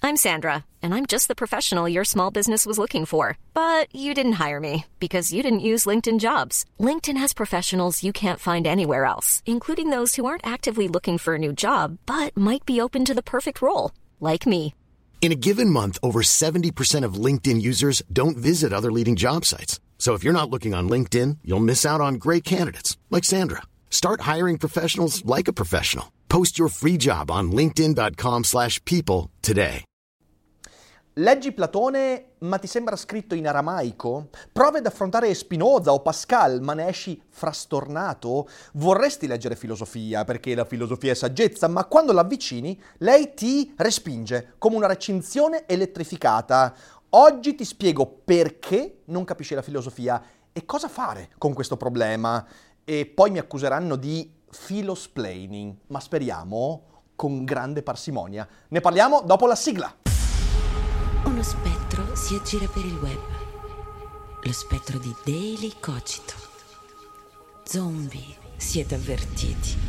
I'm Sandra, and I'm just the professional your small business was looking for. But you didn't hire me because you didn't use LinkedIn Jobs. LinkedIn has professionals you can't find anywhere else, including those who aren't actively looking for a new job, but might be open to the perfect role, like me. In a given month, over 70% of LinkedIn users don't visit other leading job sites. So if you're not looking on LinkedIn, you'll miss out on great candidates like Sandra. Start hiring professionals like a professional. Post your free job on linkedin.com/people today. Leggi Platone, ma ti sembra scritto in aramaico? Provi ad affrontare Spinoza o Pascal, ma ne esci frastornato? Vorresti leggere filosofia, perché la filosofia è saggezza, ma quando l'avvicini, lei ti respinge, come una recinzione elettrificata. Oggi ti spiego perché non capisci la filosofia e cosa fare con questo problema. E poi mi accuseranno di filosplaining, ma speriamo con grande parsimonia. Ne parliamo dopo la sigla. Uno spettro si aggira per il web. Lo spettro di Daily Cogito. Zombie, siete avvertiti.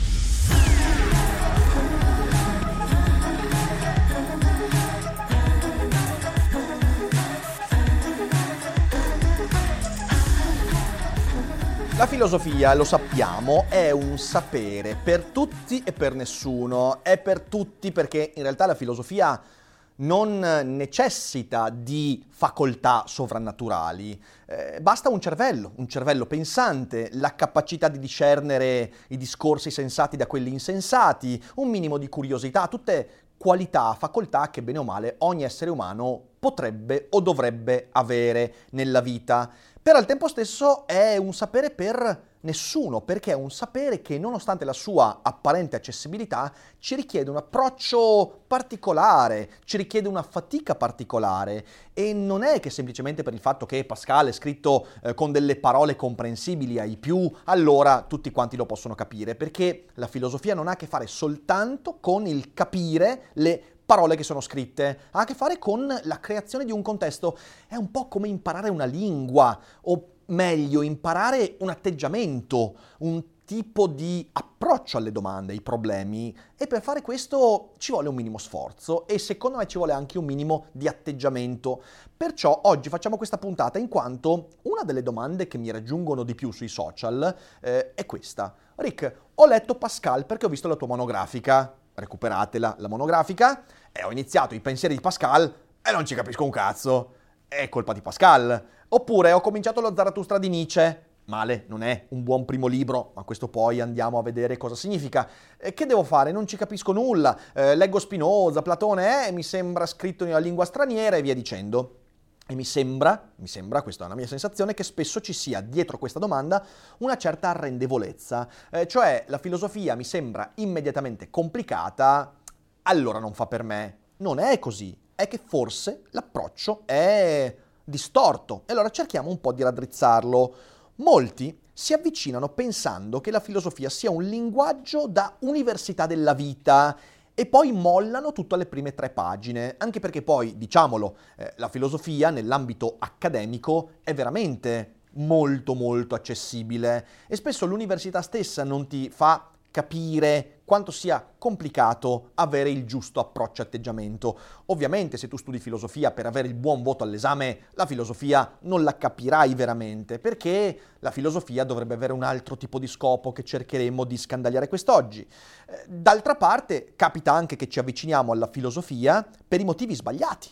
La filosofia, lo sappiamo, è un sapere per tutti e per nessuno. È per tutti perché in realtà la filosofia non necessita di facoltà sovrannaturali. Basta un cervello pensante, la capacità di discernere i discorsi sensati da quelli insensati, un minimo di curiosità, tutte qualità, facoltà che bene o male ogni essere umano potrebbe o dovrebbe avere nella vita. Però al tempo stesso è un sapere per nessuno, perché è un sapere che nonostante la sua apparente accessibilità ci richiede un approccio particolare, ci richiede una fatica particolare e non è che semplicemente per il fatto che Pascal è scritto con delle parole comprensibili ai più, allora tutti quanti lo possono capire, perché la filosofia non ha a che fare soltanto con il capire le parole che sono scritte, ha a che fare con la creazione di un contesto. È un po' come imparare una lingua, o meglio, imparare un atteggiamento, un tipo di approccio alle domande, ai problemi, e per fare questo ci vuole un minimo sforzo e secondo me ci vuole anche un minimo di atteggiamento. Perciò oggi facciamo questa puntata in quanto una delle domande che mi raggiungono di più sui social è questa. Rick, ho letto Pascal perché ho visto la tua monografica. Recuperatela, la monografica, e ho iniziato i pensieri di Pascal e non ci capisco un cazzo. È colpa di Pascal. Oppure ho cominciato lo Zarathustra di Nietzsche. Male, non è un buon primo libro, ma questo poi andiamo a vedere cosa significa. Che devo fare? Non ci capisco nulla. Leggo Spinoza, Platone, mi sembra scritto in una lingua straniera e via dicendo. E mi sembra, questa è una mia sensazione, che spesso ci sia dietro questa domanda una certa arrendevolezza. Cioè la filosofia mi sembra immediatamente complicata, allora non fa per me. Non è così, è che forse l'approccio è distorto e allora cerchiamo un po' di raddrizzarlo. Molti si avvicinano pensando che la filosofia sia un linguaggio da università della vita e poi mollano tutto alle prime 3 pagine, anche perché poi, diciamolo, la filosofia nell'ambito accademico è veramente molto molto accessibile e spesso l'università stessa non ti fa capire quanto sia complicato avere il giusto approccio e atteggiamento. Ovviamente se tu studi filosofia per avere il buon voto all'esame, la filosofia non la capirai veramente, perché la filosofia dovrebbe avere un altro tipo di scopo che cercheremo di scandagliare quest'oggi. D'altra parte, capita anche che ci avviciniamo alla filosofia per i motivi sbagliati,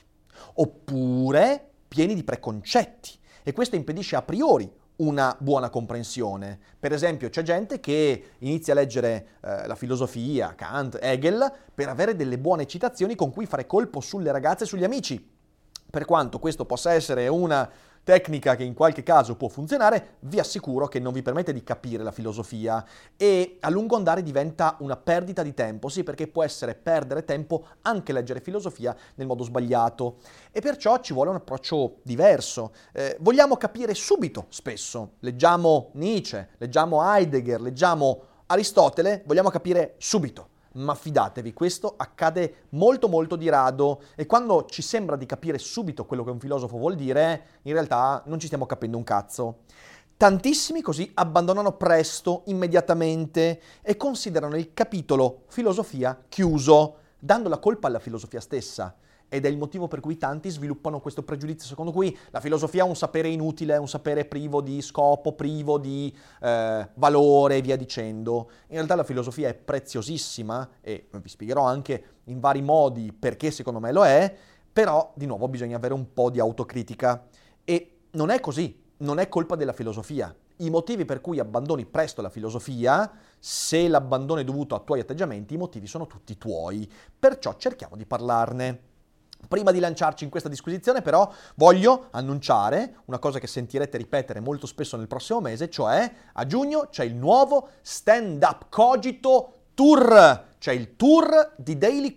oppure pieni di preconcetti, e questo impedisce a priori una buona comprensione. Per esempio, c'è gente che inizia a leggere la filosofia, Kant, Hegel, per avere delle buone citazioni con cui fare colpo sulle ragazze e sugli amici. Per quanto questo possa essere una tecnica che in qualche caso può funzionare, vi assicuro che non vi permette di capire la filosofia e a lungo andare diventa una perdita di tempo, sì, perché può essere perdere tempo anche leggere filosofia nel modo sbagliato e perciò ci vuole un approccio diverso. Vogliamo capire subito, spesso. Leggiamo Nietzsche, leggiamo Heidegger, leggiamo Aristotele, vogliamo capire subito. Ma fidatevi, questo accade molto molto di rado e quando ci sembra di capire subito quello che un filosofo vuol dire, in realtà non ci stiamo capendo un cazzo. Tantissimi così abbandonano presto, immediatamente e considerano il capitolo filosofia chiuso. dando la colpa alla filosofia stessa. Ed è il motivo per cui tanti sviluppano questo pregiudizio secondo cui la filosofia è un sapere inutile, un sapere privo di scopo, privo di valore e via dicendo. In realtà la filosofia è preziosissima e vi spiegherò anche in vari modi perché secondo me lo è, però di nuovo bisogna avere un po' di autocritica. E non è così, non è colpa della filosofia. I motivi per cui abbandoni presto la filosofia, se l'abbandono è dovuto a tuoi atteggiamenti, i motivi sono tutti tuoi. Perciò cerchiamo di parlarne. Prima di lanciarci in questa disquisizione, però, voglio annunciare una cosa che sentirete ripetere molto spesso nel prossimo mese, cioè a giugno c'è il nuovo Stand Up Cogito Tour. C'è il tour di Daily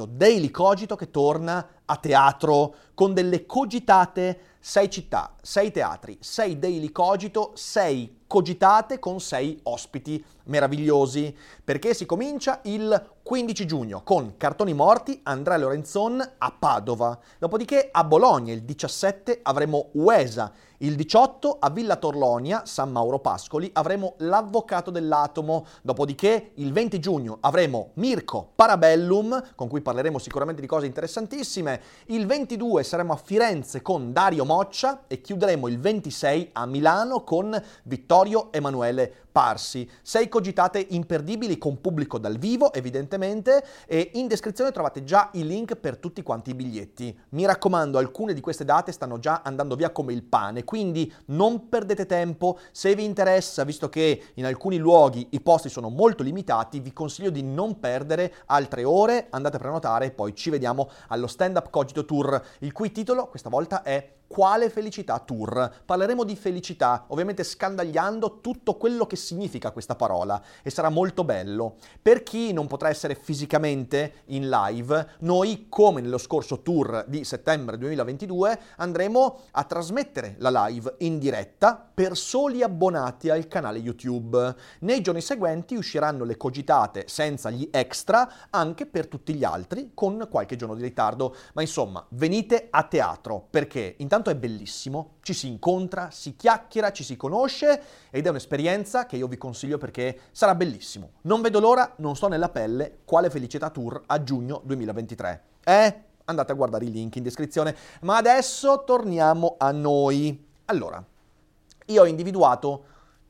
Cogito che torna a teatro con delle cogitate, 6 città, 6 teatri, 6 Daily Cogito, 6 cogitate con 6 ospiti meravigliosi, perché si comincia il 15 giugno con Cartoni Morti, Andrea Lorenzon a Padova, dopodiché a Bologna il 17 avremo Uesa, il 18 a Villa Torlonia, San Mauro Pascoli, avremo L'Avvocato dell'Atomo, dopodiché il 20 giugno avremo Mirko Parabellum, con cui parleremo sicuramente di cose interessantissime, il 22 saremo a Firenze con Dario Moccia e chiuderemo il 26 a Milano con Vittorio Emanuele Parsi. 6 cogitate imperdibili con pubblico dal vivo, evidentemente, e in descrizione trovate già i link per tutti quanti i biglietti. Mi raccomando, alcune di queste date stanno già andando via come il pane, quindi non perdete tempo. Se vi interessa, visto che in alcuni luoghi i posti sono molto limitati, vi consiglio di non perdere altre ore, andate a prenotare e poi ci vediamo allo Stand Up Cogito Tour, il cui titolo questa volta è Quale felicità tour? Parleremo di felicità, ovviamente scandagliando tutto quello che significa questa parola, e sarà molto bello. Per chi non potrà essere fisicamente in live, noi, come nello scorso tour di settembre 2022, andremo a trasmettere la live in diretta per soli abbonati al canale YouTube. Nei giorni seguenti usciranno le cogitate senza gli extra anche per tutti gli altri, con qualche giorno di ritardo. Ma insomma, venite a teatro, perché intanto è bellissimo, ci si incontra, si chiacchiera, ci si conosce ed è un'esperienza che io vi consiglio perché sarà bellissimo. Non vedo l'ora, non sto nella pelle. Quale felicità tour a giugno 2023. Andate a guardare i link in descrizione. Ma adesso torniamo a noi. Allora, io ho individuato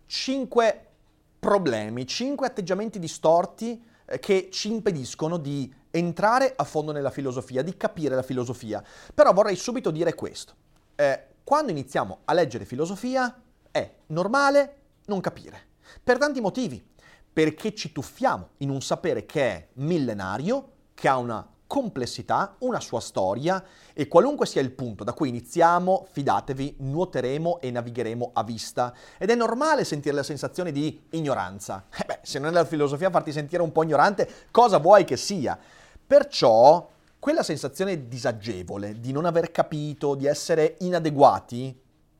5 problemi, 5 atteggiamenti distorti che ci impediscono di entrare a fondo nella filosofia, di capire la filosofia. Però vorrei subito dire questo. Quando iniziamo a leggere filosofia è normale non capire, per tanti motivi, perché ci tuffiamo in un sapere che è millenario, che ha una complessità, una sua storia, e qualunque sia il punto da cui iniziamo, fidatevi, nuoteremo e navigheremo a vista. Ed è normale sentire la sensazione di ignoranza. Se non è la filosofia a farti sentire un po' ignorante, cosa vuoi che sia? Perciò quella sensazione disagevole di non aver capito, di essere inadeguati,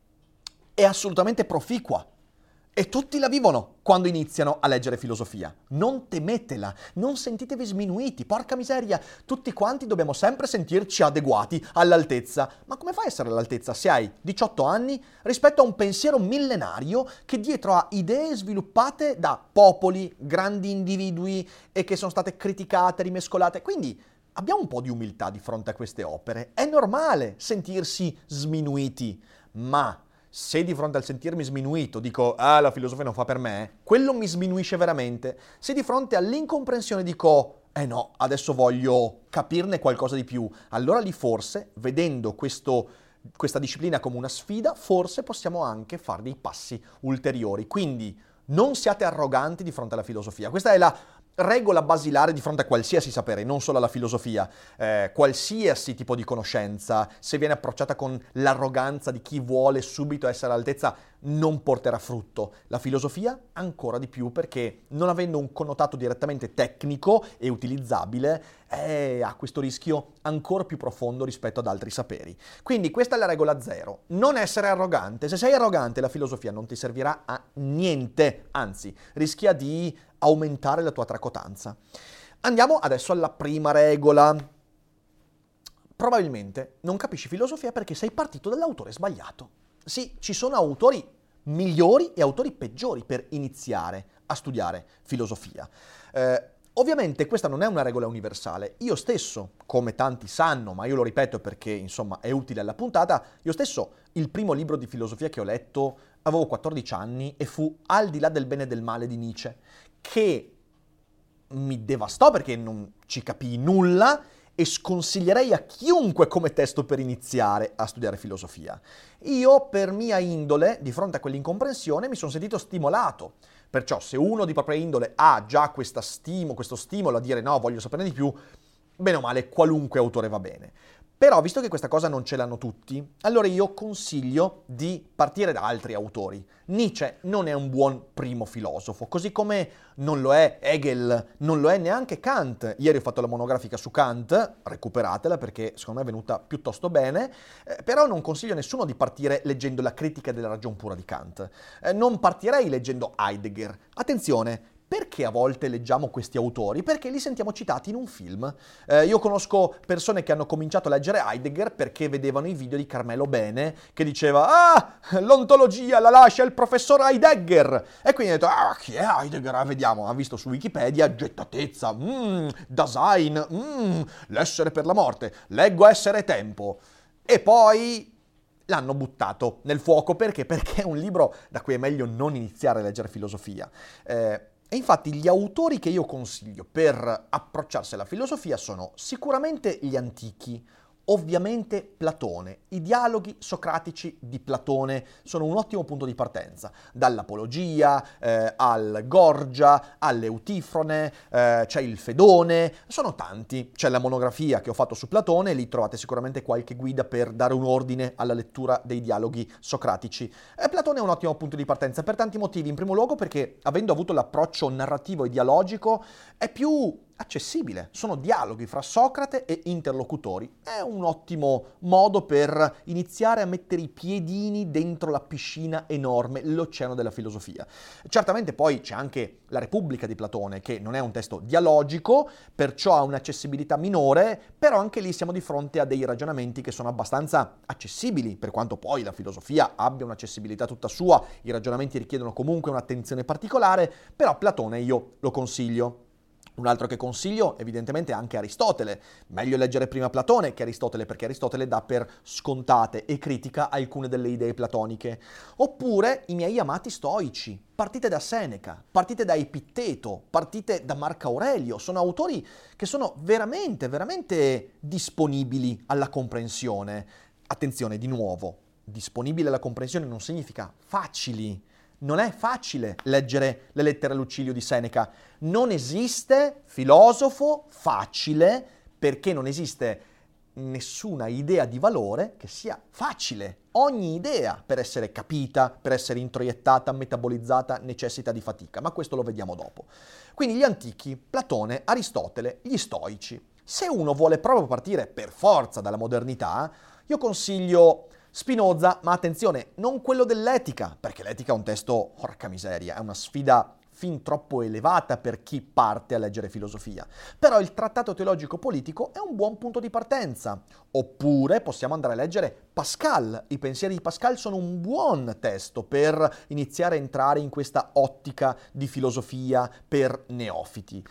è assolutamente proficua. E tutti la vivono quando iniziano a leggere filosofia. Non temetela, non sentitevi sminuiti, porca miseria, tutti quanti dobbiamo sempre sentirci adeguati, all'altezza. Ma come fai a essere all'altezza se hai 18 anni rispetto a un pensiero millenario che dietro ha idee sviluppate da popoli, grandi individui e che sono state criticate, rimescolate? Quindi abbiamo un po' di umiltà di fronte a queste opere. È normale sentirsi sminuiti, ma se di fronte al sentirmi sminuito dico la filosofia non fa per me, quello mi sminuisce veramente. Se di fronte all'incomprensione dico no, adesso voglio capirne qualcosa di più, allora lì forse, vedendo questa disciplina come una sfida, forse possiamo anche fare dei passi ulteriori. Quindi non siate arroganti di fronte alla filosofia. Questa è la regola basilare di fronte a qualsiasi sapere, non solo alla filosofia. Qualsiasi tipo di conoscenza, se viene approcciata con l'arroganza di chi vuole subito essere all'altezza, non porterà frutto. La filosofia ancora di più, perché non avendo un connotato direttamente tecnico e utilizzabile, ha questo rischio ancora più profondo rispetto ad altri saperi. Quindi questa è la regola 0. Non essere arrogante. Se sei arrogante, la filosofia non ti servirà a niente, anzi, rischia di aumentare la tua tracotanza. Andiamo adesso alla prima regola. Probabilmente non capisci filosofia perché sei partito dall'autore sbagliato. Sì, ci sono autori migliori e autori peggiori per iniziare a studiare filosofia. Ovviamente questa non è una regola universale. Io stesso, come tanti sanno, ma io lo ripeto perché insomma è utile alla puntata, io stesso il primo libro di filosofia che ho letto avevo 14 anni e fu Al di là del bene e del male di Nietzsche, che mi devastò perché non ci capii nulla e sconsiglierei a chiunque come testo per iniziare a studiare filosofia. Io, per mia indole, di fronte a quell'incomprensione, mi sono sentito stimolato. Perciò, se uno di propria indole ha già questo stimolo a dire no, voglio saperne di più, bene o male, qualunque autore va bene. Però, visto che questa cosa non ce l'hanno tutti, allora io consiglio di partire da altri autori. Nietzsche non è un buon primo filosofo, così come non lo è Hegel, non lo è neanche Kant. Ieri ho fatto la monografica su Kant, recuperatela perché secondo me è venuta piuttosto bene, però non consiglio a nessuno di partire leggendo la critica della ragion pura di Kant. Non partirei leggendo Heidegger. Attenzione! Perché a volte leggiamo questi autori? Perché li sentiamo citati in un film. Io conosco persone che hanno cominciato a leggere Heidegger perché vedevano i video di Carmelo Bene che diceva «Ah, l'ontologia la lascia il professor Heidegger!» E quindi ha detto «Ah, chi è Heidegger?» Vediamo, ha visto su Wikipedia gettatezza, Dasein, l'essere per la morte, leggo Essere e Tempo. E poi l'hanno buttato nel fuoco perché? Perché è un libro da cui è meglio non iniziare a leggere filosofia. E infatti gli autori che io consiglio per approcciarsi alla filosofia sono sicuramente gli antichi, ovviamente Platone. I dialoghi socratici di Platone sono un ottimo punto di partenza, dall'Apologia al Gorgia, all'Eutifrone, c'è il Fedone, sono tanti. C'è la monografia che ho fatto su Platone, lì trovate sicuramente qualche guida per dare un ordine alla lettura dei dialoghi socratici. Platone è un ottimo punto di partenza per tanti motivi, in primo luogo perché avendo avuto l'approccio narrativo e dialogico è più accessibile, sono dialoghi fra Socrate e interlocutori, è un ottimo modo per iniziare a mettere i piedini dentro la piscina enorme, l'oceano della filosofia. Certamente poi c'è anche la Repubblica di Platone, che non è un testo dialogico, perciò ha un'accessibilità minore, però anche lì siamo di fronte a dei ragionamenti che sono abbastanza accessibili, per quanto poi la filosofia abbia un'accessibilità tutta sua, i ragionamenti richiedono comunque un'attenzione particolare, però Platone io lo consiglio. Un altro che consiglio evidentemente è anche Aristotele. Meglio leggere prima Platone che Aristotele perché Aristotele dà per scontate e critica alcune delle idee platoniche. Oppure i miei amati stoici. Partite da Seneca, partite da Epitteto, partite da Marco Aurelio. Sono autori che sono veramente, veramente disponibili alla comprensione. Attenzione, di nuovo, disponibile alla comprensione non significa facili. Non è facile leggere le lettere a Lucilio di Seneca. Non esiste filosofo facile perché non esiste nessuna idea di valore che sia facile. Ogni idea per essere capita, per essere introiettata, metabolizzata, necessita di fatica, ma questo lo vediamo dopo. Quindi gli antichi, Platone, Aristotele, gli stoici. Se uno vuole proprio partire per forza dalla modernità, io consiglio Spinoza, ma attenzione, non quello dell'Etica, perché l'Etica è un testo, porca miseria, è una sfida fin troppo elevata per chi parte a leggere filosofia. Però il Trattato teologico politico è un buon punto di partenza. Oppure possiamo andare a leggere Pascal. I pensieri di Pascal sono un buon testo per iniziare a entrare in questa ottica di filosofia per neofiti.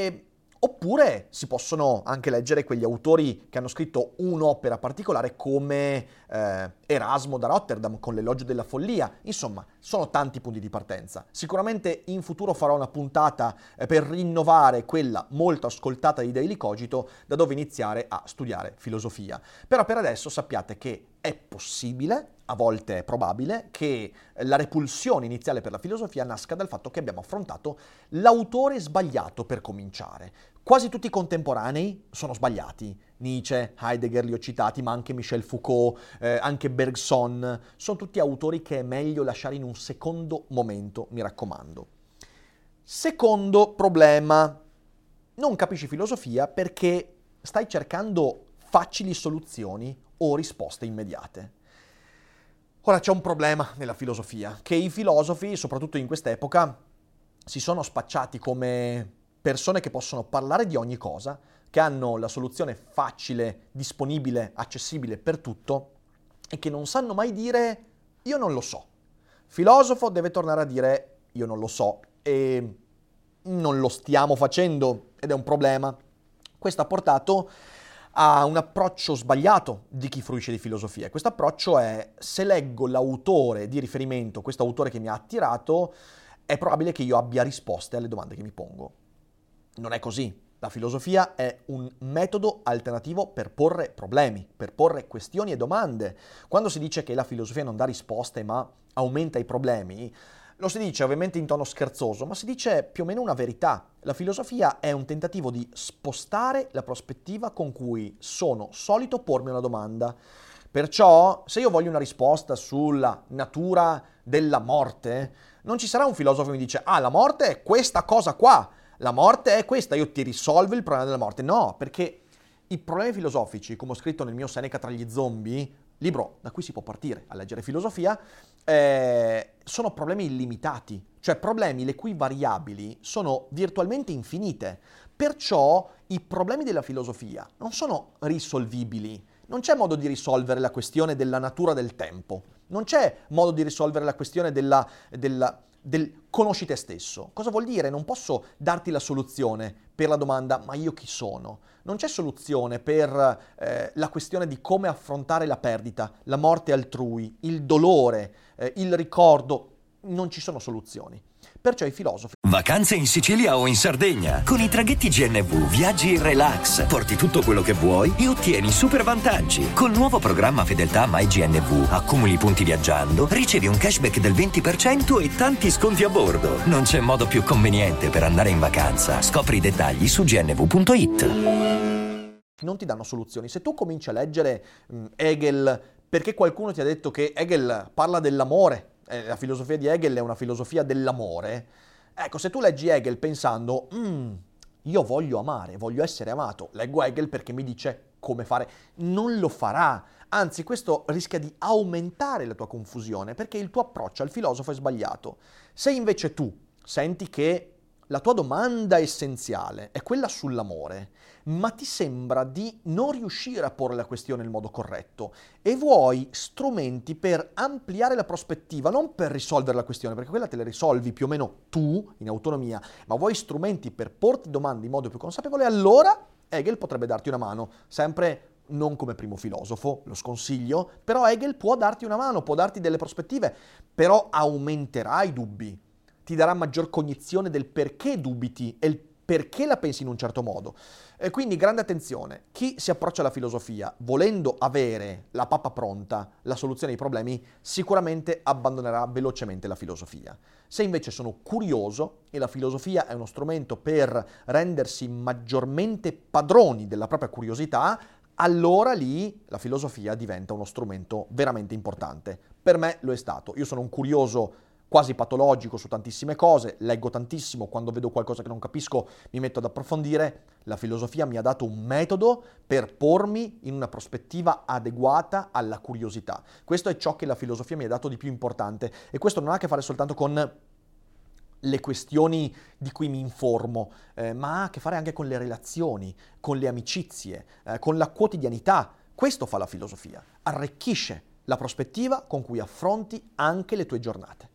Oppure si possono anche leggere quegli autori che hanno scritto un'opera particolare come Erasmo da Rotterdam con l'Elogio della follia. Insomma, sono tanti punti di partenza. Sicuramente in futuro farò una puntata per rinnovare quella molto ascoltata di Daily Cogito da dove iniziare a studiare filosofia. Però per adesso sappiate che è possibile, a volte è probabile, che la repulsione iniziale per la filosofia nasca dal fatto che abbiamo affrontato l'autore sbagliato per cominciare. Quasi tutti i contemporanei sono sbagliati. Nietzsche, Heidegger li ho citati, ma anche Michel Foucault, anche Bergson. Sono tutti autori che è meglio lasciare in un secondo momento, mi raccomando. Secondo problema. Non capisci filosofia perché stai cercando facili soluzioni o risposte immediate. Ora c'è un problema nella filosofia, che i filosofi, soprattutto in quest'epoca, si sono spacciati come persone che possono parlare di ogni cosa, che hanno la soluzione facile, disponibile, accessibile per tutto e che non sanno mai dire io non lo so. Filosofo deve tornare a dire io non lo so e non lo stiamo facendo ed è un problema. Questo ha portato a un approccio sbagliato di chi fruisce di filosofia. Questo approccio è: se leggo l'autore di riferimento, questo autore che mi ha attirato, è probabile che io abbia risposte alle domande che mi pongo. Non è così. La filosofia è un metodo alternativo per porre problemi, per porre questioni e domande. Quando si dice che la filosofia non dà risposte ma aumenta i problemi, lo si dice ovviamente in tono scherzoso, ma si dice più o meno una verità. La filosofia è un tentativo di spostare la prospettiva con cui sono solito pormi una domanda. Perciò, se io voglio una risposta sulla natura della morte, non ci sarà un filosofo che mi dice: ah, la morte è questa cosa qua, la morte è questa, io ti risolvo il problema della morte. No, perché i problemi filosofici, come ho scritto nel mio Seneca tra gli zombie, libro da cui si può partire a leggere filosofia, sono problemi illimitati, cioè problemi le cui variabili sono virtualmente infinite. Perciò i problemi della filosofia non sono risolvibili. Non c'è modo di risolvere la questione della natura del tempo, non c'è modo di risolvere la questione del conosci te stesso. Cosa vuol dire? Non posso darti la soluzione per la domanda ma io chi sono? Non c'è soluzione per la questione di come affrontare la perdita, la morte altrui, il dolore, il ricordo. Non ci sono soluzioni. Perciò i filosofi... Vacanze in Sicilia o in Sardegna. Con i traghetti GNV viaggi in relax, porti tutto quello che vuoi e ottieni super vantaggi. Col nuovo programma Fedeltà MyGNV accumuli punti viaggiando, ricevi un cashback del 20% e tanti sconti a bordo. Non c'è modo più conveniente per andare in vacanza. Scopri i dettagli su gnv.it. Non ti danno soluzioni. Se tu cominci a leggere Hegel perché qualcuno ti ha detto che Hegel parla dell'amore, la filosofia di Hegel è una filosofia dell'amore, ecco, se tu leggi Hegel pensando io voglio amare, voglio essere amato, leggo Hegel perché mi dice come fare, non lo farà. Anzi, questo rischia di aumentare la tua confusione perché il tuo approccio al filosofo è sbagliato. Se invece tu senti che la tua domanda essenziale è quella sull'amore, ma ti sembra di non riuscire a porre la questione nel modo corretto e vuoi strumenti per ampliare la prospettiva, non per risolvere la questione, perché quella te la risolvi più o meno tu, in autonomia, ma vuoi strumenti per porti domande in modo più consapevole, allora Hegel potrebbe darti una mano, sempre non come primo filosofo, lo sconsiglio, però Hegel può darti una mano, può darti delle prospettive, però aumenterà i dubbi, ti darà maggior cognizione del perché dubiti e il perché la pensi in un certo modo. E quindi grande attenzione, chi si approccia alla filosofia volendo avere la pappa pronta, la soluzione ai problemi, sicuramente abbandonerà velocemente la filosofia. Se invece sono curioso e la filosofia è uno strumento per rendersi maggiormente padroni della propria curiosità, allora lì la filosofia diventa uno strumento veramente importante. Per me lo è stato. Io sono un curioso quasi patologico su tantissime cose, leggo tantissimo, quando vedo qualcosa che non capisco mi metto ad approfondire. La filosofia mi ha dato un metodo per pormi in una prospettiva adeguata alla curiosità. Questo è ciò che la filosofia mi ha dato di più importante e questo non ha a che fare soltanto con le questioni di cui mi informo, ma ha a che fare anche con le relazioni, con le amicizie, con la quotidianità. Questo fa la filosofia, arricchisce la prospettiva con cui affronti anche le tue giornate.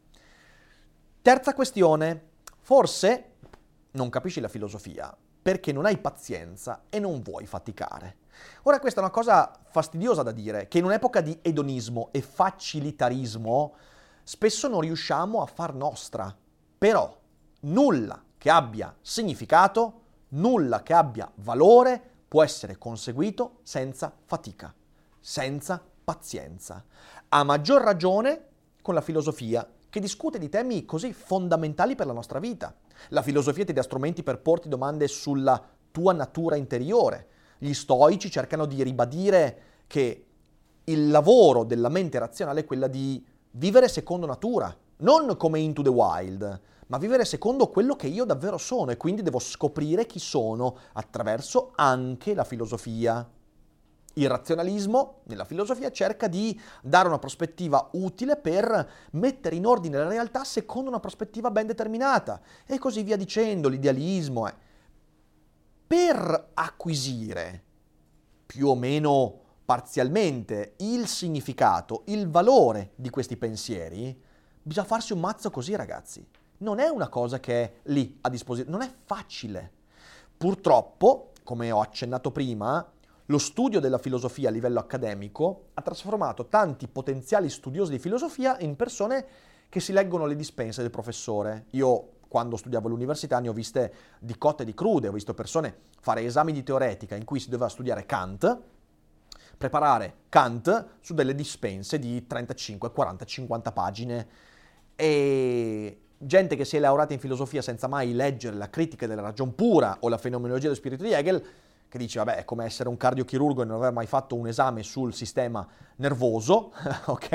Terza questione, forse non capisci la filosofia perché non hai pazienza e non vuoi faticare. Ora questa è una cosa fastidiosa da dire, che in un'epoca di edonismo e facilitarismo spesso non riusciamo a far nostra, però nulla che abbia significato, nulla che abbia valore può essere conseguito senza fatica, senza pazienza. A maggior ragione con la filosofia, che discute di temi così fondamentali per la nostra vita. La filosofia ti dà strumenti per porti domande sulla tua natura interiore. Gli stoici cercano di ribadire che il lavoro della mente razionale è quella di vivere secondo natura, non come Into the Wild, ma vivere secondo quello che io davvero sono e quindi devo scoprire chi sono attraverso anche la filosofia. Il razionalismo, nella filosofia, cerca di dare una prospettiva utile per mettere in ordine la realtà secondo una prospettiva ben determinata e così via dicendo, l'idealismo. Per acquisire più o meno parzialmente il significato, il valore di questi pensieri, bisogna farsi un mazzo così, ragazzi. Non è una cosa che è lì a disposizione, non è facile. Purtroppo, come ho accennato prima, lo studio della filosofia a livello accademico ha trasformato tanti potenziali studiosi di filosofia in persone che si leggono le dispense del professore. Io, quando studiavo all'università, ne ho viste di cotte e di crude, ho visto persone fare esami di teoretica in cui si doveva studiare Kant, preparare Kant su delle dispense di 35, 40, 50 pagine e gente che si è laureata in filosofia senza mai leggere la critica della ragion pura o la fenomenologia dello spirito di Hegel, che dice, vabbè, è come essere un cardiochirurgo e non aver mai fatto un esame sul sistema nervoso, ok?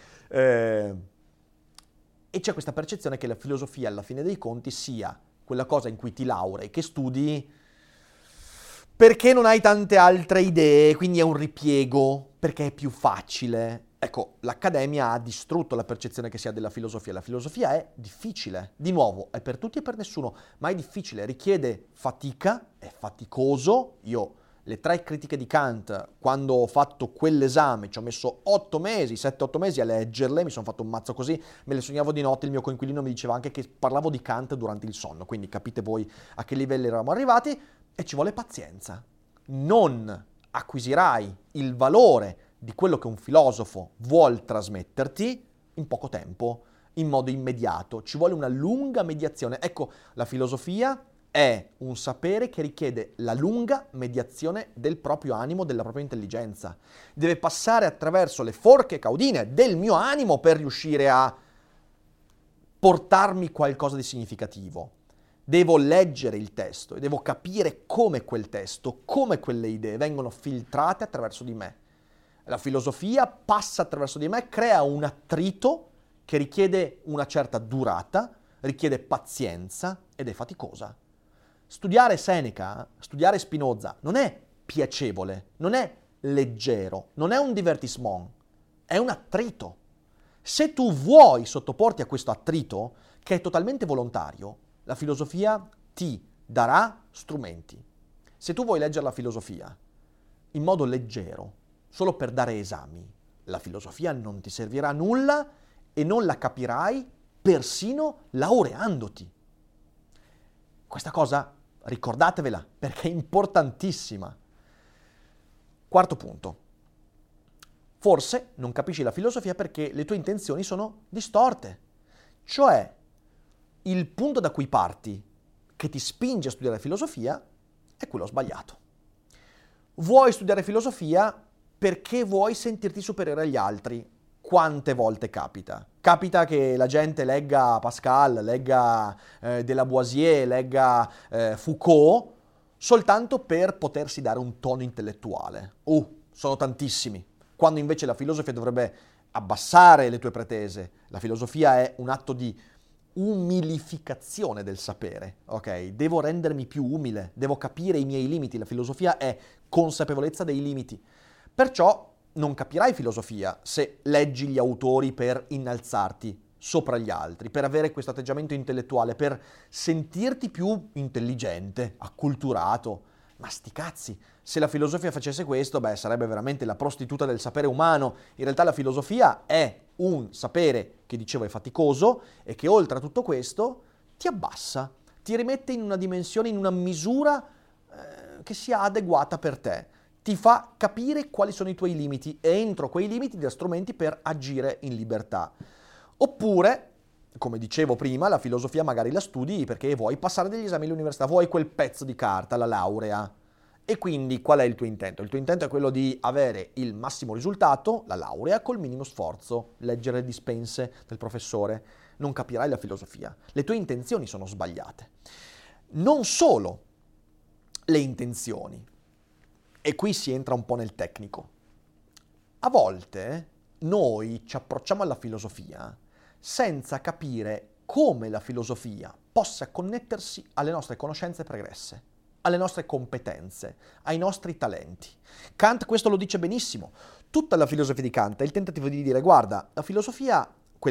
E c'è questa percezione che la filosofia, alla fine dei conti, sia quella cosa in cui ti laurei, che studi perché non hai tante altre idee, quindi è un ripiego, perché è più facile. Ecco, l'accademia ha distrutto la percezione che si ha della filosofia. La filosofia è difficile. Di nuovo, è per tutti e per nessuno, ma è difficile, richiede fatica, è faticoso. Io, le 3 critiche di Kant, quando ho fatto quell'esame, ci ho messo 8 mesi, 7-8 mesi a leggerle, mi sono fatto un mazzo così, me le sognavo di notte, il mio coinquilino mi diceva anche che parlavo di Kant durante il sonno, quindi capite voi a che livelli eravamo arrivati, e ci vuole pazienza. Non acquisirai il valore di quello che un filosofo vuol trasmetterti in poco tempo, in modo immediato. Ci vuole una lunga mediazione. Ecco, la filosofia è un sapere che richiede la lunga mediazione del proprio animo, della propria intelligenza. Deve passare attraverso le forche caudine del mio animo per riuscire a portarmi qualcosa di significativo. Devo leggere il testo e devo capire come quel testo, come quelle idee vengono filtrate attraverso di me. La filosofia passa attraverso di me, crea un attrito che richiede una certa durata, richiede pazienza ed è faticosa. Studiare Seneca, studiare Spinoza non è piacevole, non è leggero, non è un divertissement, è un attrito. Se tu vuoi sottoporti a questo attrito, che è totalmente volontario, la filosofia ti darà strumenti. Se tu vuoi leggere la filosofia in modo leggero, solo per dare esami, la filosofia non ti servirà a nulla e non la capirai persino laureandoti. Questa cosa ricordatevela perché è importantissima. Quarto punto. Forse non capisci la filosofia perché le tue intenzioni sono distorte. Cioè, il punto da cui parti, che ti spinge a studiare filosofia, è quello sbagliato. Vuoi studiare filosofia perché vuoi sentirti superiore agli altri. Quante volte capita? Capita che la gente legga Pascal, legga de Lavoisier, legga Foucault, soltanto per potersi dare un tono intellettuale. Sono tantissimi. Quando invece la filosofia dovrebbe abbassare le tue pretese. La filosofia è un atto di umilificazione del sapere, ok? Devo rendermi più umile, devo capire i miei limiti. La filosofia è consapevolezza dei limiti. Perciò non capirai filosofia se leggi gli autori per innalzarti sopra gli altri, per avere questo atteggiamento intellettuale, per sentirti più intelligente, acculturato. Ma sti cazzi, se la filosofia facesse questo, sarebbe veramente la prostituta del sapere umano. In realtà la filosofia è un sapere che dicevo è faticoso e che oltre a tutto questo ti abbassa, ti rimette in una dimensione, in una misura che sia adeguata per te. Ti fa capire quali sono i tuoi limiti e entro quei limiti ti dà strumenti per agire in libertà. Oppure, come dicevo prima, la filosofia magari la studi perché vuoi passare degli esami all'università, vuoi quel pezzo di carta, la laurea. E quindi qual è il tuo intento? Il tuo intento è quello di avere il massimo risultato, la laurea, col minimo sforzo, leggere le dispense del professore. Non capirai la filosofia. Le tue intenzioni sono sbagliate. Non solo le intenzioni. E qui si entra un po' nel tecnico. A volte noi ci approcciamo alla filosofia senza capire come la filosofia possa connettersi alle nostre conoscenze pregresse, alle nostre competenze, ai nostri talenti. Kant questo lo dice benissimo. Tutta la filosofia di Kant è il tentativo di dire, guarda, la filosofia,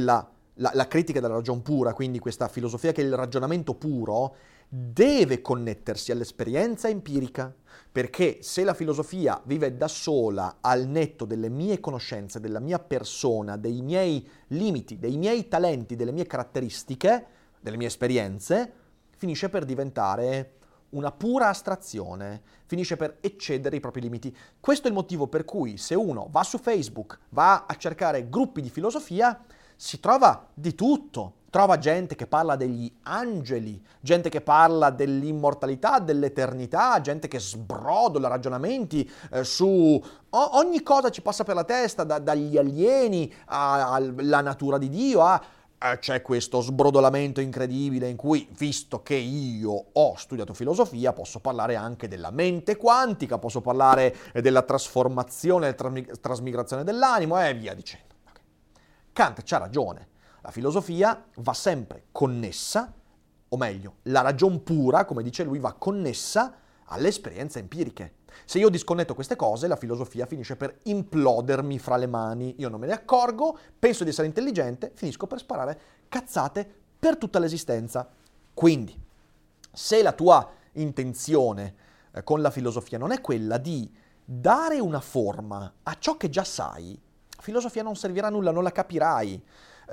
la critica della ragion pura, quindi questa filosofia che è il ragionamento puro, deve connettersi all'esperienza empirica, perché se la filosofia vive da sola al netto delle mie conoscenze, della mia persona, dei miei limiti, dei miei talenti, delle mie caratteristiche, delle mie esperienze, finisce per diventare una pura astrazione, finisce per eccedere i propri limiti. Questo è il motivo per cui se uno va su Facebook, va a cercare gruppi di filosofia, si trova di tutto. Trova gente che parla degli angeli, gente che parla dell'immortalità, dell'eternità, gente che sbrodola ragionamenti su ogni cosa ci passa per la testa, dagli alieni alla natura di Dio, c'è questo sbrodolamento incredibile in cui, visto che io ho studiato filosofia, posso parlare anche della mente quantica, posso parlare della trasformazione, trasmigrazione dell'animo e via dicendo. Okay. Kant c'ha ragione. La filosofia va sempre connessa, o meglio, la ragion pura, come dice lui, va connessa alle esperienze empiriche. Se io disconnetto queste cose, la filosofia finisce per implodermi fra le mani, io non me ne accorgo, penso di essere intelligente, finisco per sparare cazzate per tutta l'esistenza. Quindi, se la tua intenzione con la filosofia non è quella di dare una forma a ciò che già sai, la filosofia non servirà a nulla, non la capirai.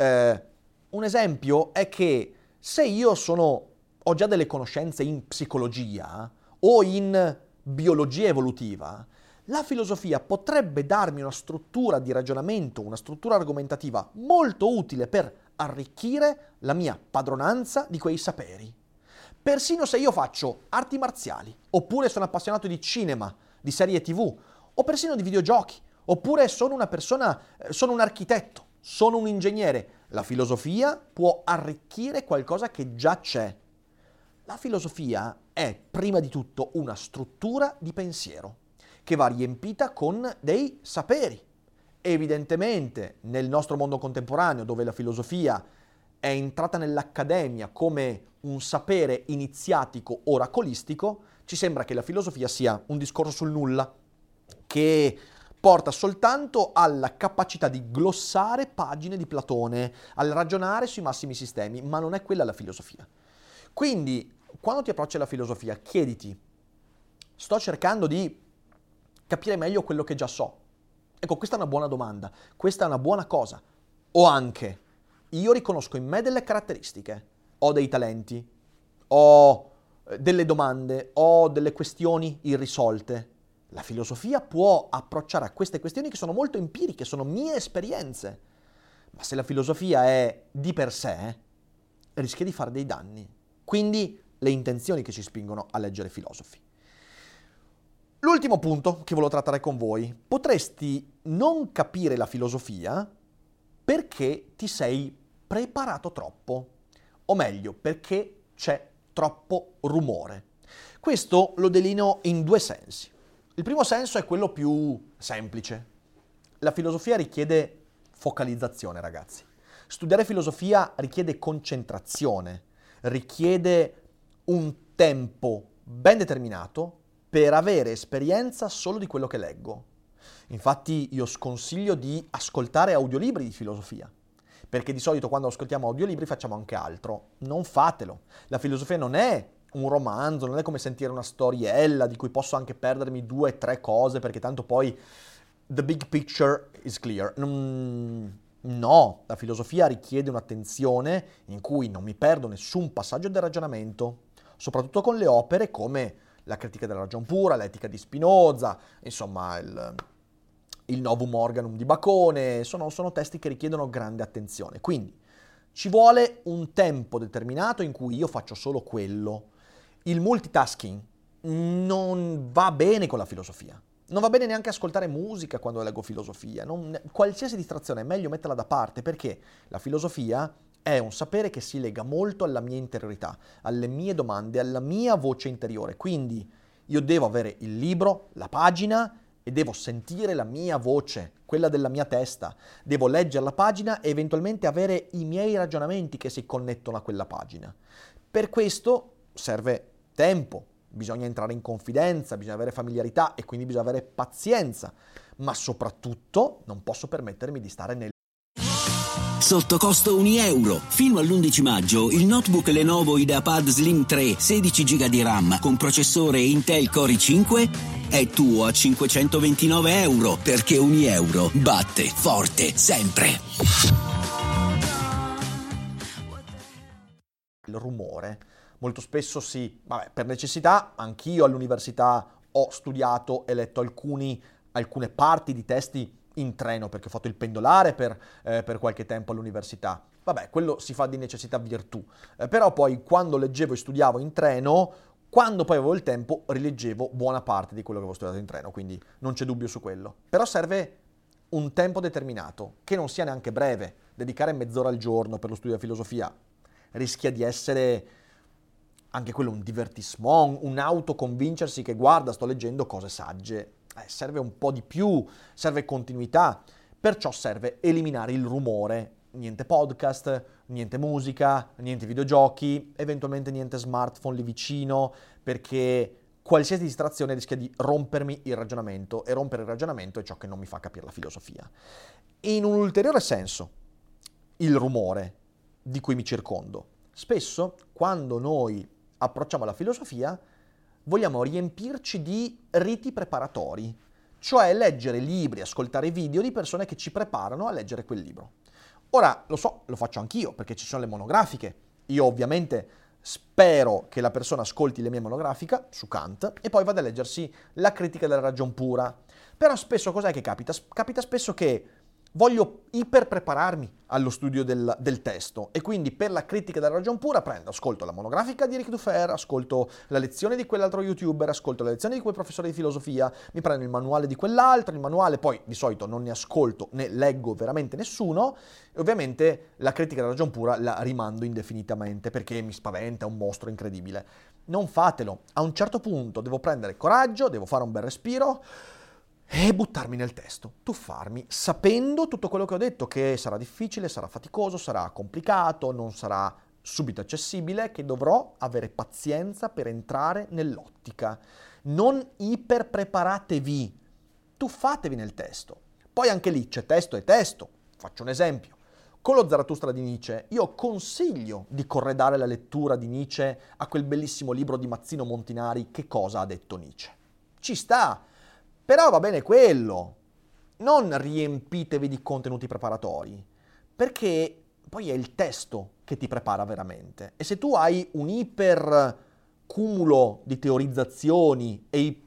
Un esempio è che se io ho già delle conoscenze in psicologia o in biologia evolutiva, la filosofia potrebbe darmi una struttura di ragionamento, una struttura argomentativa molto utile per arricchire la mia padronanza di quei saperi. Persino se io faccio arti marziali, oppure sono appassionato di cinema, di serie TV, o persino di videogiochi, oppure sono un architetto, sono un ingegnere. La filosofia può arricchire qualcosa che già c'è. La filosofia è prima di tutto una struttura di pensiero che va riempita con dei saperi. Evidentemente nel nostro mondo contemporaneo, dove la filosofia è entrata nell'accademia come un sapere iniziatico oracolistico, ci sembra che la filosofia sia un discorso sul nulla, che porta soltanto alla capacità di glossare pagine di Platone, al ragionare sui massimi sistemi, ma non è quella la filosofia. Quindi, quando ti approcci alla filosofia, chiediti, sto cercando di capire meglio quello che già so? Ecco, questa è una buona domanda, questa è una buona cosa. O anche, io riconosco in me delle caratteristiche, ho dei talenti, ho delle domande, ho delle questioni irrisolte. La filosofia può approcciare a queste questioni che sono molto empiriche, sono mie esperienze. Ma se la filosofia è di per sé, rischia di fare dei danni. Quindi le intenzioni che ci spingono a leggere filosofi. L'ultimo punto che volevo trattare con voi. Potresti non capire la filosofia perché ti sei preparato troppo. O meglio, perché c'è troppo rumore. Questo lo delineo in due sensi. Il primo senso è quello più semplice. La filosofia richiede focalizzazione, ragazzi. Studiare filosofia richiede concentrazione, richiede un tempo ben determinato per avere esperienza solo di quello che leggo. Infatti io sconsiglio di ascoltare audiolibri di filosofia, perché di solito quando ascoltiamo audiolibri facciamo anche altro. Non fatelo. La filosofia non è un romanzo, non è come sentire una storiella di cui posso anche perdermi 2 o 3 cose perché tanto poi the big picture is clear. No, la filosofia richiede un'attenzione in cui non mi perdo nessun passaggio del ragionamento, soprattutto con le opere come la critica della ragion pura, l'etica di Spinoza, insomma il Novum Organum di Bacone, sono testi che richiedono grande attenzione. Quindi ci vuole un tempo determinato in cui io faccio solo quello. Il multitasking non va bene con la filosofia. Non va bene neanche ascoltare musica quando leggo filosofia. Qualsiasi distrazione è meglio metterla da parte perché la filosofia è un sapere che si lega molto alla mia interiorità, alle mie domande, alla mia voce interiore. Quindi io devo avere il libro, la pagina e devo sentire la mia voce, quella della mia testa. Devo leggere la pagina e eventualmente avere i miei ragionamenti che si connettono a quella pagina. Per questo serve tempo, bisogna entrare in confidenza, bisogna avere familiarità e quindi bisogna avere pazienza, ma soprattutto non posso permettermi di stare nel... Sotto costo €1. Fino all'11 maggio il notebook Lenovo IdeaPad Slim 3 16 GB di RAM con processore Intel Core i5 è tuo a €529 perché €1 batte forte sempre. Il rumore, Molto spesso sì, per necessità, anch'io all'università ho studiato e letto alcune parti di testi in treno, perché ho fatto il pendolare per qualche tempo all'università. Quello si fa di necessità virtù. Però poi quando leggevo e studiavo in treno, quando poi avevo il tempo, rileggevo buona parte di quello che avevo studiato in treno, quindi non c'è dubbio su quello. Però serve un tempo determinato, che non sia neanche breve. Dedicare mezz'ora al giorno per lo studio di filosofia rischia di essere anche quello un divertissement, un autoconvincersi che guarda, sto leggendo cose sagge. Serve un po' di più, serve continuità, perciò serve eliminare il rumore. Niente podcast, niente musica, niente videogiochi, eventualmente niente smartphone lì vicino, perché qualsiasi distrazione rischia di rompermi il ragionamento, e rompere il ragionamento è ciò che non mi fa capire la filosofia. In un ulteriore senso, il rumore di cui mi circondo. Spesso, quando noi approcciamo la filosofia, vogliamo riempirci di riti preparatori, cioè leggere libri, ascoltare video di persone che ci preparano a leggere quel libro. Ora, lo so, lo faccio anch'io, perché ci sono le monografiche. Io ovviamente spero che la persona ascolti le mie monografiche su Kant e poi vada a leggersi la critica della ragion pura. Però spesso cos'è che capita? Capita spesso che voglio iperprepararmi allo studio del testo e quindi per la critica della ragion pura ascolto la monografica di Eric Dufer, ascolto la lezione di quell'altro youtuber, ascolto la lezione di quel professore di filosofia, mi prendo il manuale di quell'altro, il manuale poi di solito non ne ascolto né leggo veramente nessuno e ovviamente la critica della ragion pura la rimando indefinitamente perché mi spaventa, è un mostro incredibile. Non fatelo, a un certo punto devo prendere coraggio, devo fare un bel respiro e buttarmi nel testo, tuffarmi, sapendo tutto quello che ho detto, che sarà difficile, sarà faticoso, sarà complicato, non sarà subito accessibile, che dovrò avere pazienza per entrare nell'ottica. Non iperpreparatevi, tuffatevi nel testo. Poi anche lì c'è testo e testo. Faccio un esempio. Con lo Zarathustra di Nietzsche io consiglio di corredare la lettura di Nietzsche a quel bellissimo libro di Mazzino Montinari, Che cosa ha detto Nietzsche. Ci sta! Però va bene quello, non riempitevi di contenuti preparatori, perché poi è il testo che ti prepara veramente. E se tu hai un iper cumulo di teorizzazioni e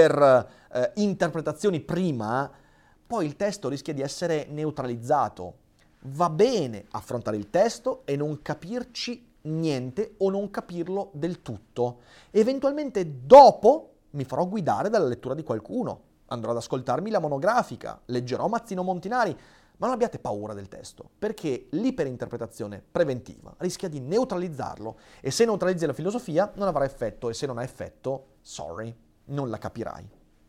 iper interpretazioni prima, poi il testo rischia di essere neutralizzato. Va bene affrontare il testo e non capirci niente o non capirlo del tutto. Eventualmente dopo mi farò guidare dalla lettura di qualcuno. Andrò ad ascoltarmi la monografica, leggerò Mazzino Montinari, ma non abbiate paura del testo, perché l'iperinterpretazione preventiva rischia di neutralizzarlo e se neutralizzi la filosofia non avrà effetto e se non ha effetto, sorry, non la capirai.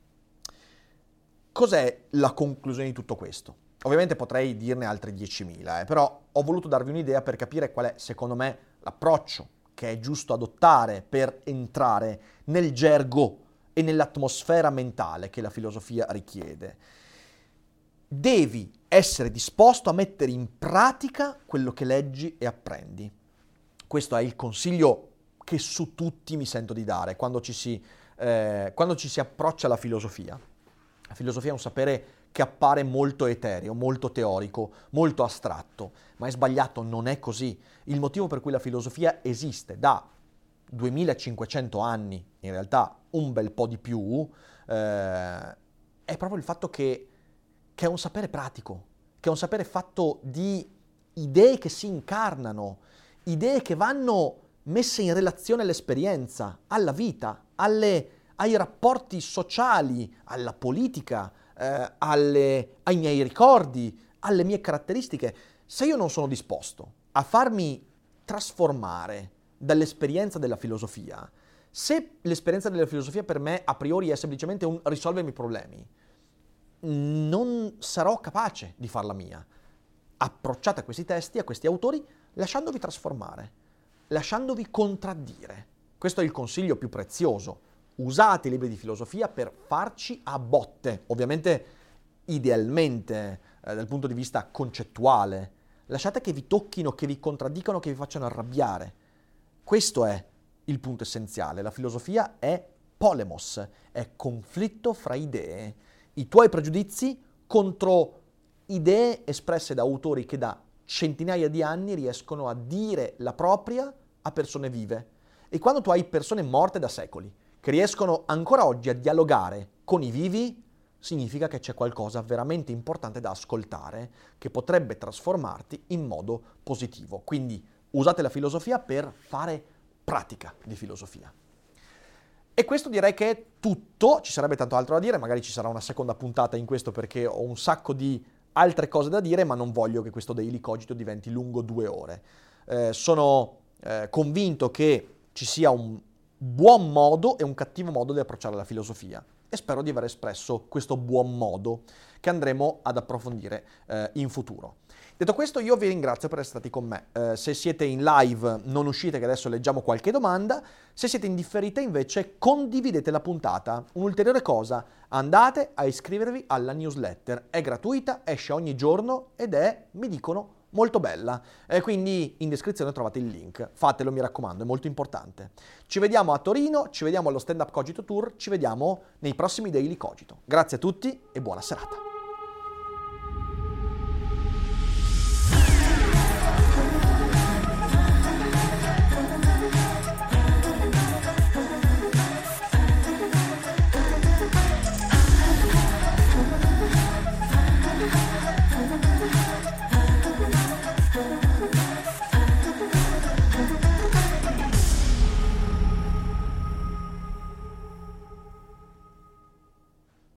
Cos'è la conclusione di tutto questo? Ovviamente potrei dirne altri 10.000, però ho voluto darvi un'idea per capire qual è, secondo me, l'approccio che è giusto adottare per entrare nel gergo e nell'atmosfera mentale che la filosofia richiede. Devi essere disposto a mettere in pratica quello che leggi e apprendi. Questo è il consiglio che su tutti mi sento di dare quando ci si approccia alla filosofia. La filosofia è un sapere che appare molto etereo, molto teorico, molto astratto, ma è sbagliato, non è così. Il motivo per cui la filosofia esiste da 2500 anni, in realtà un bel po' di più, è proprio il fatto che è un sapere pratico, che è un sapere fatto di idee che si incarnano, idee che vanno messe in relazione all'esperienza, alla vita, ai rapporti sociali, alla politica, ai miei ricordi, alle mie caratteristiche. Se io non sono disposto a farmi trasformare dall'esperienza della filosofia, se l'esperienza della filosofia per me a priori è semplicemente un risolvermi i problemi, non sarò capace di farla mia. Approcciate a questi testi, a questi autori, lasciandovi trasformare, lasciandovi contraddire. Questo è il consiglio più prezioso. Usate i libri di filosofia per farci a botte, ovviamente idealmente, dal punto di vista concettuale. Lasciate che vi tocchino, che vi contraddicano, che vi facciano arrabbiare. Questo è il punto essenziale. La filosofia è polemos, è conflitto fra idee. I tuoi pregiudizi contro idee espresse da autori che da centinaia di anni riescono a dire la propria a persone vive. E quando tu hai persone morte da secoli, che riescono ancora oggi a dialogare con i vivi, significa che c'è qualcosa veramente importante da ascoltare, che potrebbe trasformarti in modo positivo. Quindi usate la filosofia per fare pratica di filosofia. E questo direi che è tutto, ci sarebbe tanto altro da dire, magari ci sarà una seconda puntata in questo perché ho un sacco di altre cose da dire, ma non voglio che questo Daily Cogito diventi lungo 2 ore. Sono convinto che ci sia un buon modo e un cattivo modo di approcciare la filosofia e spero di aver espresso questo buon modo che andremo ad approfondire in futuro. Detto questo, io vi ringrazio per essere stati con me. Se siete in live non uscite, che adesso leggiamo qualche domanda. Se siete in differita invece condividete la puntata. Un'ulteriore cosa, andate a iscrivervi alla newsletter. È gratuita, esce ogni giorno ed è, mi dicono, molto bella. Quindi in descrizione trovate il link. Fatelo, mi raccomando, è molto importante. Ci vediamo a Torino, ci vediamo allo Stand Up Cogito Tour, ci vediamo nei prossimi Daily Cogito. Grazie a tutti e buona serata.